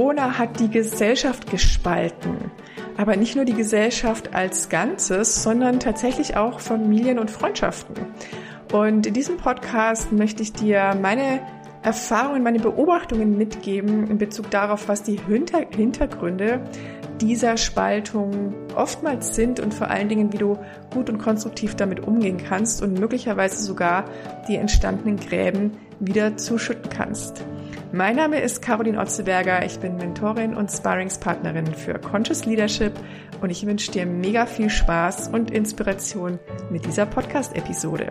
Corona hat die Gesellschaft gespalten. Aber nicht nur die Gesellschaft als Ganzes, sondern tatsächlich auch Familien und Freundschaften. Und in diesem Podcast möchte ich dir meine Erfahrungen, meine Beobachtungen mitgeben in Bezug darauf, was die Hintergründe dieser Spaltung oftmals sind und vor allen Dingen, wie du gut und konstruktiv damit umgehen kannst und möglicherweise sogar die entstandenen Gräben wieder zuschütten kannst. Mein Name ist Caroline Otzeberger, ich bin Mentorin und Sparringspartnerin für Conscious Leadership und ich wünsche dir mega viel Spaß und Inspiration mit dieser Podcast-Episode.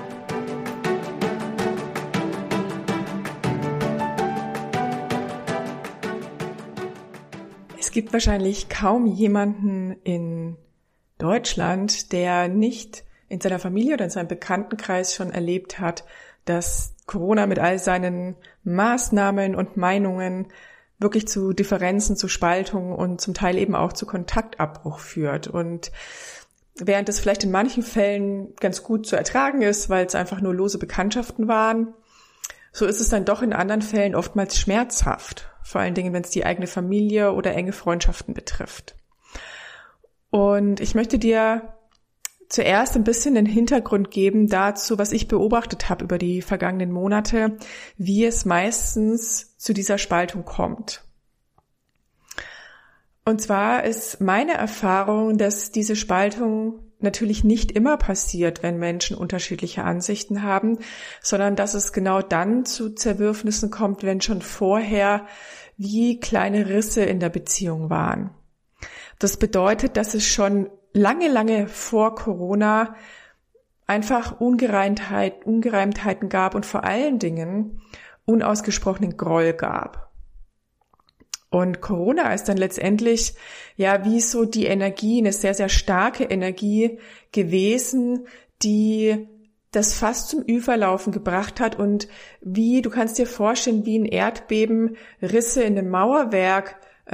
Es gibt wahrscheinlich kaum jemanden in Deutschland, der nicht in seiner Familie oder in seinem Bekanntenkreis schon erlebt hat, dass Corona mit all seinen Maßnahmen und Meinungen wirklich zu Differenzen, zu Spaltungen und zum Teil eben auch zu Kontaktabbruch führt. Und während es vielleicht in manchen Fällen ganz gut zu ertragen ist, weil es einfach nur lose Bekanntschaften waren, so ist es dann doch in anderen Fällen oftmals schmerzhaft, vor allen Dingen, wenn es die eigene Familie oder enge Freundschaften betrifft. Und ich möchte dir zuerst ein bisschen den Hintergrund geben dazu, was ich beobachtet habe über die vergangenen Monate, wie es meistens zu dieser Spaltung kommt. Und zwar ist meine Erfahrung, dass diese Spaltung natürlich nicht immer passiert, wenn Menschen unterschiedliche Ansichten haben, sondern dass es genau dann zu Zerwürfnissen kommt, wenn schon vorher wie kleine Risse in der Beziehung waren. Das bedeutet, dass es schon lange vor Corona einfach Ungereimtheiten gab und vor allen Dingen unausgesprochenen Groll gab. Und Corona ist dann letztendlich wie so die Energie, eine sehr, sehr starke Energie gewesen, die das fast zum Überlaufen gebracht hat und du kannst dir vorstellen, wie ein Erdbeben Risse in dem Mauerwerk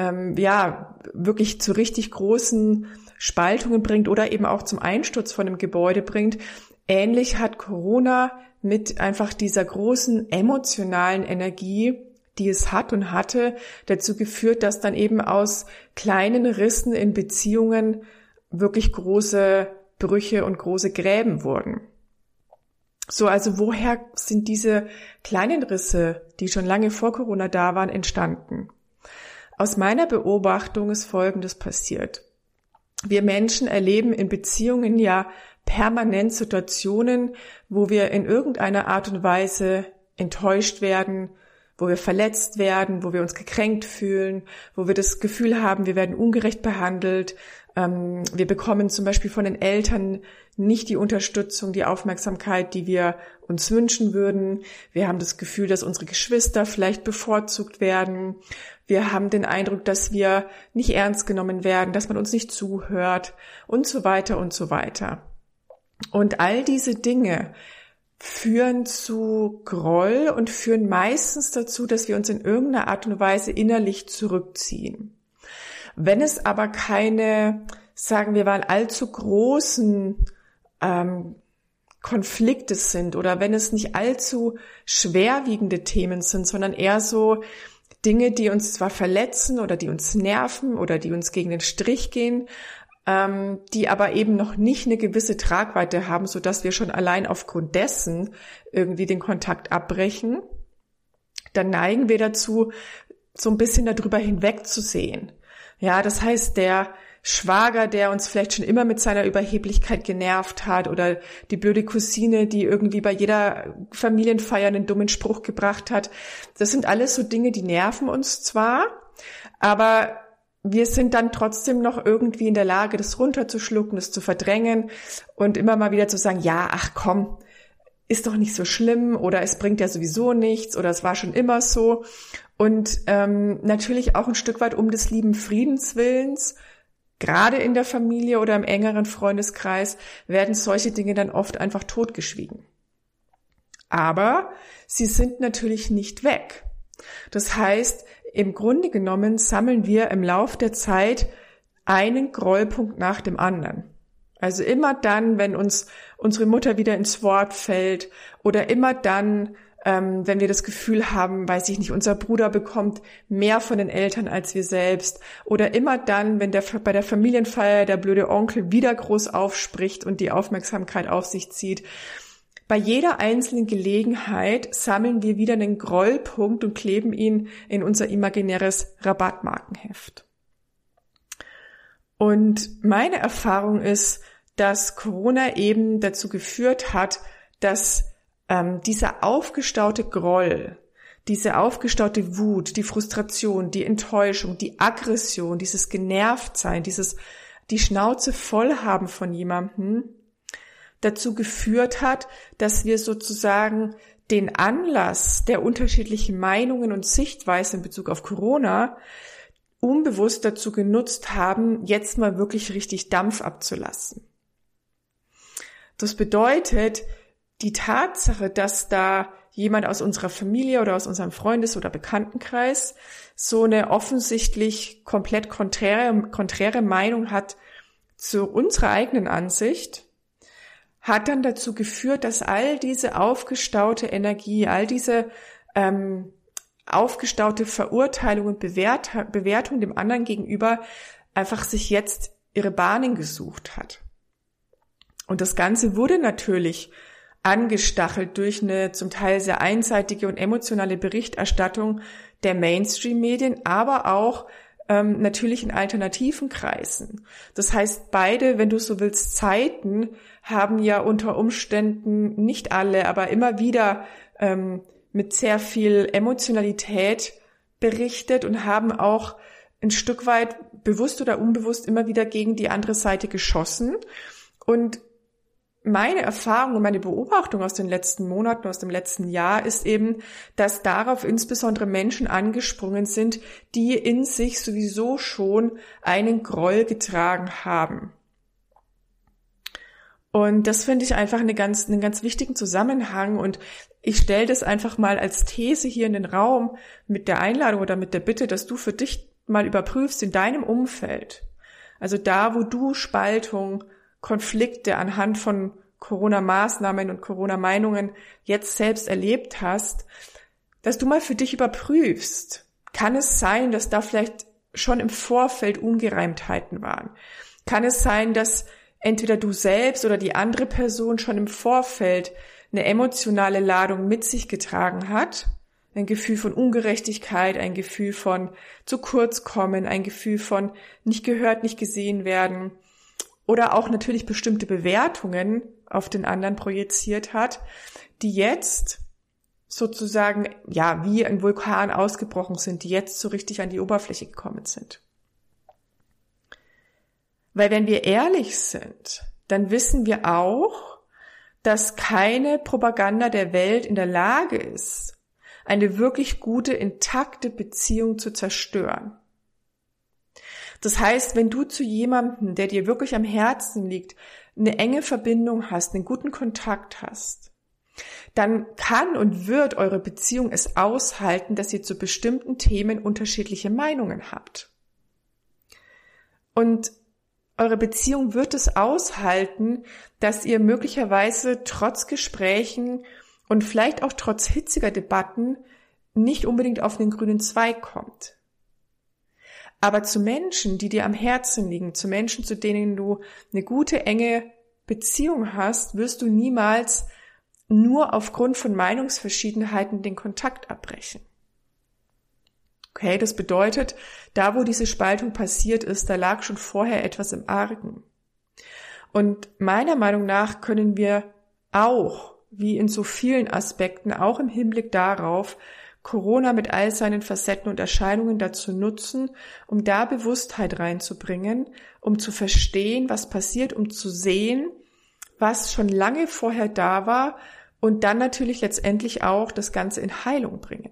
wirklich zu richtig großen Spaltungen bringt oder eben auch zum Einsturz von einem Gebäude bringt. Ähnlich hat Corona mit einfach dieser großen emotionalen Energie, die es hat und hatte, dazu geführt, dass dann eben aus kleinen Rissen in Beziehungen wirklich große Brüche und große Gräben wurden. So, also woher sind diese kleinen Risse, die schon lange vor Corona da waren, entstanden? Aus meiner Beobachtung ist Folgendes passiert. Wir Menschen erleben in Beziehungen ja permanent Situationen, wo wir in irgendeiner Art und Weise enttäuscht werden, wo wir verletzt werden, wo wir uns gekränkt fühlen, wo wir das Gefühl haben, wir werden ungerecht behandelt. Wir bekommen zum Beispiel von den Eltern nicht die Unterstützung, die Aufmerksamkeit, die wir uns wünschen würden. Wir haben das Gefühl, dass unsere Geschwister vielleicht bevorzugt werden. Wir haben den Eindruck, dass wir nicht ernst genommen werden, dass man uns nicht zuhört und so weiter und so weiter. Und all diese Dinge führen zu Groll und führen meistens dazu, dass wir uns in irgendeiner Art und Weise innerlich zurückziehen. Wenn es aber keine, sagen wir mal, allzu großen Konflikte sind oder wenn es nicht allzu schwerwiegende Themen sind, sondern eher so Dinge, die uns zwar verletzen oder die uns nerven oder die uns gegen den Strich gehen, die aber eben noch nicht eine gewisse Tragweite haben, sodass wir schon allein aufgrund dessen irgendwie den Kontakt abbrechen, dann neigen wir dazu, so ein bisschen darüber hinwegzusehen. Ja, das heißt, der Schwager, der uns vielleicht schon immer mit seiner Überheblichkeit genervt hat oder die blöde Cousine, die irgendwie bei jeder Familienfeier einen dummen Spruch gebracht hat, das sind alles so Dinge, die nerven uns zwar, aber wir sind dann trotzdem noch irgendwie in der Lage, das runterzuschlucken, das zu verdrängen und immer mal wieder zu sagen, ja, ach komm, ist doch nicht so schlimm oder es bringt ja sowieso nichts oder es war schon immer so. Und natürlich auch ein Stück weit um des lieben Friedenswillens, gerade in der Familie oder im engeren Freundeskreis, werden solche Dinge dann oft einfach totgeschwiegen. Aber sie sind natürlich nicht weg. Das heißt, im Grunde genommen sammeln wir im Lauf der Zeit einen Grollpunkt nach dem anderen. Also immer dann, wenn uns unsere Mutter wieder ins Wort fällt oder immer dann, wenn wir das Gefühl haben, weiß ich nicht, unser Bruder bekommt mehr von den Eltern als wir selbst. Oder immer dann, wenn bei der Familienfeier der blöde Onkel wieder groß aufspricht und die Aufmerksamkeit auf sich zieht. Bei jeder einzelnen Gelegenheit sammeln wir wieder einen Grollpunkt und kleben ihn in unser imaginäres Rabattmarkenheft. Und meine Erfahrung ist, dass Corona eben dazu geführt hat, dass dieser aufgestaute Groll, diese aufgestaute Wut, die Frustration, die Enttäuschung, die Aggression, dieses Genervtsein, die Schnauze voll haben von jemandem, dazu geführt hat, dass wir sozusagen den Anlass der unterschiedlichen Meinungen und Sichtweisen in Bezug auf Corona unbewusst dazu genutzt haben, jetzt mal wirklich richtig Dampf abzulassen. Das bedeutet, die Tatsache, dass da jemand aus unserer Familie oder aus unserem Freundes- oder Bekanntenkreis so eine offensichtlich komplett konträre Meinung hat zu unserer eigenen Ansicht, hat dann dazu geführt, dass all diese aufgestaute Energie, all diese aufgestaute Verurteilung und Bewertung dem anderen gegenüber einfach sich jetzt ihre Bahnen gesucht hat. Und das Ganze wurde natürlich angestachelt durch eine zum Teil sehr einseitige und emotionale Berichterstattung der Mainstream-Medien, aber auch natürlich in alternativen Kreisen. Das heißt, beide, wenn du so willst, Zeiten haben ja unter Umständen, nicht alle, aber immer wieder mit sehr viel Emotionalität berichtet und haben auch ein Stück weit bewusst oder unbewusst immer wieder gegen die andere Seite geschossen. Und meine Erfahrung und meine Beobachtung aus den letzten Monaten, aus dem letzten Jahr ist eben, dass darauf insbesondere Menschen angesprungen sind, die in sich sowieso schon einen Groll getragen haben. Und das finde ich einfach einen ganz wichtigen Zusammenhang. Und ich stelle das einfach mal als These hier in den Raum mit der Einladung oder mit der Bitte, dass du für dich mal überprüfst in deinem Umfeld. Also da, wo du Spaltung, Konflikte anhand von Corona-Maßnahmen und Corona-Meinungen jetzt selbst erlebt hast, dass du mal für dich überprüfst. Kann es sein, dass da vielleicht schon im Vorfeld Ungereimtheiten waren? Kann es sein, dass entweder du selbst oder die andere Person schon im Vorfeld eine emotionale Ladung mit sich getragen hat? Ein Gefühl von Ungerechtigkeit, ein Gefühl von zu kurz kommen, ein Gefühl von nicht gehört, nicht gesehen werden. Oder auch natürlich bestimmte Bewertungen auf den anderen projiziert hat, die jetzt sozusagen, ja, wie ein Vulkan ausgebrochen sind, die jetzt so richtig an die Oberfläche gekommen sind. Weil wenn wir ehrlich sind, dann wissen wir auch, dass keine Propaganda der Welt in der Lage ist, eine wirklich gute, intakte Beziehung zu zerstören. Das heißt, wenn du zu jemandem, der dir wirklich am Herzen liegt, eine enge Verbindung hast, einen guten Kontakt hast, dann kann und wird eure Beziehung es aushalten, dass ihr zu bestimmten Themen unterschiedliche Meinungen habt. Und eure Beziehung wird es aushalten, dass ihr möglicherweise trotz Gesprächen und vielleicht auch trotz hitziger Debatten nicht unbedingt auf den grünen Zweig kommt. Aber zu Menschen, die dir am Herzen liegen, zu Menschen, zu denen du eine gute, enge Beziehung hast, wirst du niemals nur aufgrund von Meinungsverschiedenheiten den Kontakt abbrechen. Okay, das bedeutet, da wo diese Spaltung passiert ist, da lag schon vorher etwas im Argen. Und meiner Meinung nach können wir auch, wie in so vielen Aspekten, auch im Hinblick darauf, Corona mit all seinen Facetten und Erscheinungen dazu nutzen, um da Bewusstheit reinzubringen, um zu verstehen, was passiert, um zu sehen, was schon lange vorher da war und dann natürlich letztendlich auch das Ganze in Heilung bringen.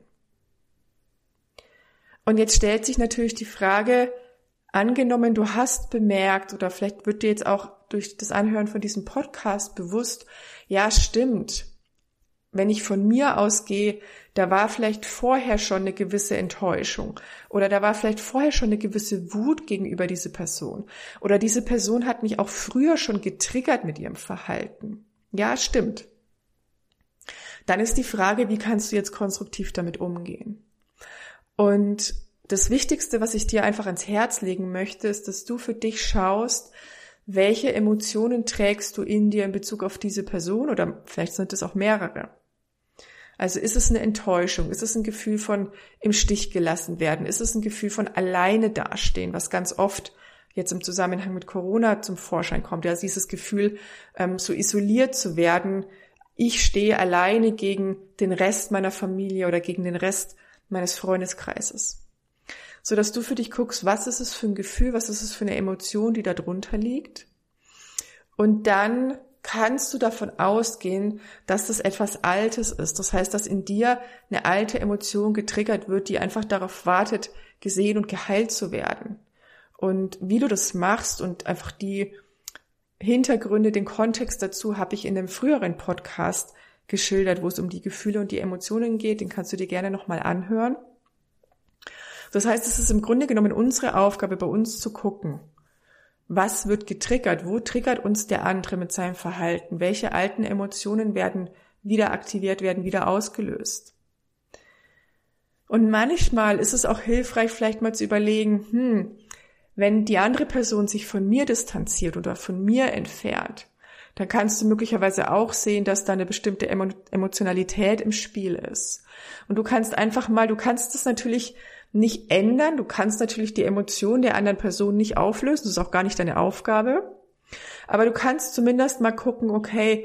Und jetzt stellt sich natürlich die Frage, angenommen, du hast bemerkt oder vielleicht wird dir jetzt auch durch das Anhören von diesem Podcast bewusst, ja stimmt, wenn ich von mir ausgehe, da war vielleicht vorher schon eine gewisse Enttäuschung oder da war vielleicht vorher schon eine gewisse Wut gegenüber dieser Person oder diese Person hat mich auch früher schon getriggert mit ihrem Verhalten. Ja, stimmt. Dann ist die Frage, wie kannst du jetzt konstruktiv damit umgehen? Und das Wichtigste, was ich dir einfach ans Herz legen möchte, ist, dass du für dich schaust, welche Emotionen trägst du in dir in Bezug auf diese Person oder vielleicht sind es auch mehrere. Also ist es eine Enttäuschung? Ist es ein Gefühl von im Stich gelassen werden? Ist es ein Gefühl von alleine dastehen, was ganz oft jetzt im Zusammenhang mit Corona zum Vorschein kommt? Also dieses Gefühl, so isoliert zu werden, ich stehe alleine gegen den Rest meiner Familie oder gegen den Rest meines Freundeskreises. So dass du für dich guckst, was ist es für ein Gefühl, was ist es für eine Emotion, die da drunter liegt. Und dann kannst du davon ausgehen, dass das etwas Altes ist. Das heißt, dass in dir eine alte Emotion getriggert wird, die einfach darauf wartet, gesehen und geheilt zu werden. Und wie du das machst und einfach die Hintergründe, den Kontext dazu habe ich in einem früheren Podcast geschildert, wo es um die Gefühle und die Emotionen geht. Den kannst du dir gerne nochmal anhören. Das heißt, es ist im Grunde genommen unsere Aufgabe, bei uns zu gucken, was wird getriggert, wo triggert uns der andere mit seinem Verhalten, welche alten Emotionen werden wieder aktiviert, werden wieder ausgelöst. Und manchmal ist es auch hilfreich, vielleicht mal zu überlegen, wenn die andere Person sich von mir distanziert oder von mir entfernt, dann kannst du möglicherweise auch sehen, dass da eine bestimmte Emotionalität im Spiel ist. Und du kannst das natürlich nicht ändern, du kannst natürlich die Emotion der anderen Person nicht auflösen, das ist auch gar nicht deine Aufgabe, aber du kannst zumindest mal gucken, okay,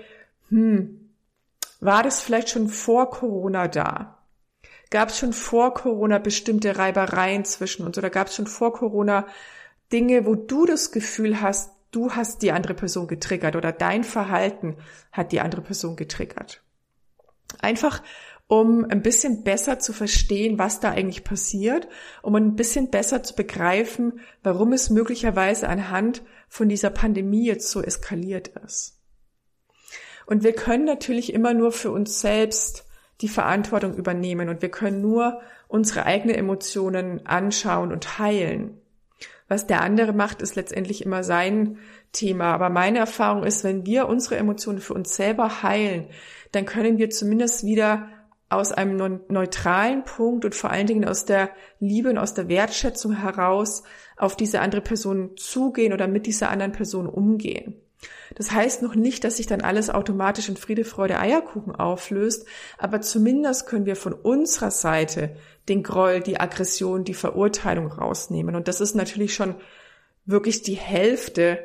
war das vielleicht schon vor Corona da? Gab es schon vor Corona bestimmte Reibereien zwischen uns oder gab es schon vor Corona Dinge, wo du das Gefühl hast, du hast die andere Person getriggert oder dein Verhalten hat die andere Person getriggert? Einfach um ein bisschen besser zu verstehen, was da eigentlich passiert, um ein bisschen besser zu begreifen, warum es möglicherweise anhand von dieser Pandemie jetzt so eskaliert ist. Und wir können natürlich immer nur für uns selbst die Verantwortung übernehmen und wir können nur unsere eigenen Emotionen anschauen und heilen. Was der andere macht, ist letztendlich immer sein Thema. Aber meine Erfahrung ist, wenn wir unsere Emotionen für uns selber heilen, dann können wir zumindest wieder aus einem neutralen Punkt und vor allen Dingen aus der Liebe und aus der Wertschätzung heraus auf diese andere Person zugehen oder mit dieser anderen Person umgehen. Das heißt noch nicht, dass sich dann alles automatisch in Friede, Freude, Eierkuchen auflöst, aber zumindest können wir von unserer Seite den Groll, die Aggression, die Verurteilung rausnehmen. Und das ist natürlich schon wirklich die Hälfte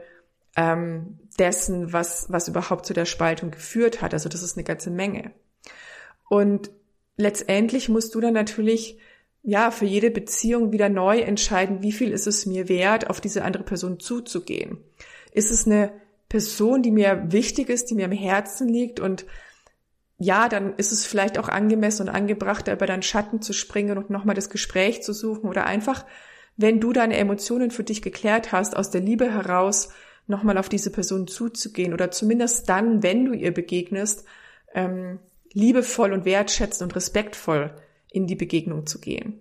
dessen, was überhaupt zu der Spaltung geführt hat. Also das ist eine ganze Menge. Und letztendlich musst du dann natürlich für jede Beziehung wieder neu entscheiden, wie viel ist es mir wert, auf diese andere Person zuzugehen. Ist es eine Person, die mir wichtig ist, die mir am Herzen liegt und dann ist es vielleicht auch angemessen und angebracht, über deinen Schatten zu springen und nochmal das Gespräch zu suchen oder einfach, wenn du deine Emotionen für dich geklärt hast, aus der Liebe heraus nochmal auf diese Person zuzugehen oder zumindest dann, wenn du ihr begegnest, liebevoll und wertschätzend und respektvoll in die Begegnung zu gehen.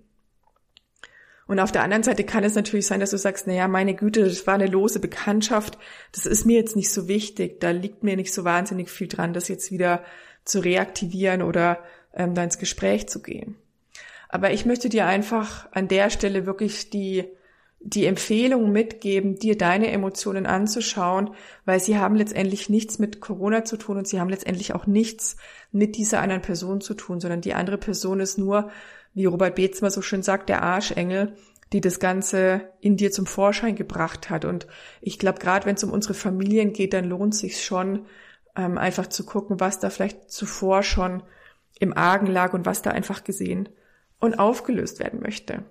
Und auf der anderen Seite kann es natürlich sein, dass du sagst, meine Güte, das war eine lose Bekanntschaft, das ist mir jetzt nicht so wichtig, da liegt mir nicht so wahnsinnig viel dran, das jetzt wieder zu reaktivieren oder da ins Gespräch zu gehen. Aber ich möchte dir einfach an der Stelle wirklich die Empfehlung mitgeben, dir deine Emotionen anzuschauen, weil sie haben letztendlich nichts mit Corona zu tun und sie haben letztendlich auch nichts mit dieser anderen Person zu tun, sondern die andere Person ist nur, wie Robert Beetz mal so schön sagt, der Arschengel, die das Ganze in dir zum Vorschein gebracht hat. Und ich glaube, gerade wenn es um unsere Familien geht, dann lohnt es sich schon, einfach zu gucken, was da vielleicht zuvor schon im Argen lag und was da einfach gesehen und aufgelöst werden möchte.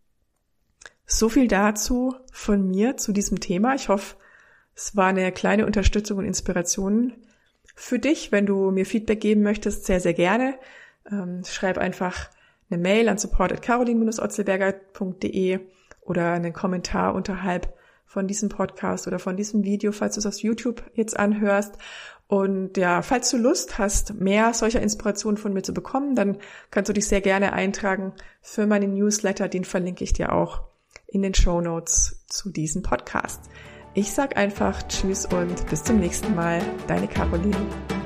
So viel dazu von mir zu diesem Thema. Ich hoffe, es war eine kleine Unterstützung und Inspiration für dich. Wenn du mir Feedback geben möchtest, sehr, sehr gerne. Schreib einfach eine Mail an support@caroline-otzelberger.de oder einen Kommentar unterhalb von diesem Podcast oder von diesem Video, falls du es aus YouTube jetzt anhörst. Und falls du Lust hast, mehr solcher Inspirationen von mir zu bekommen, dann kannst du dich sehr gerne eintragen für meinen Newsletter. Den verlinke ich dir auch in den Shownotes zu diesem Podcast. Ich sag einfach Tschüss und bis zum nächsten Mal. Deine Caroline.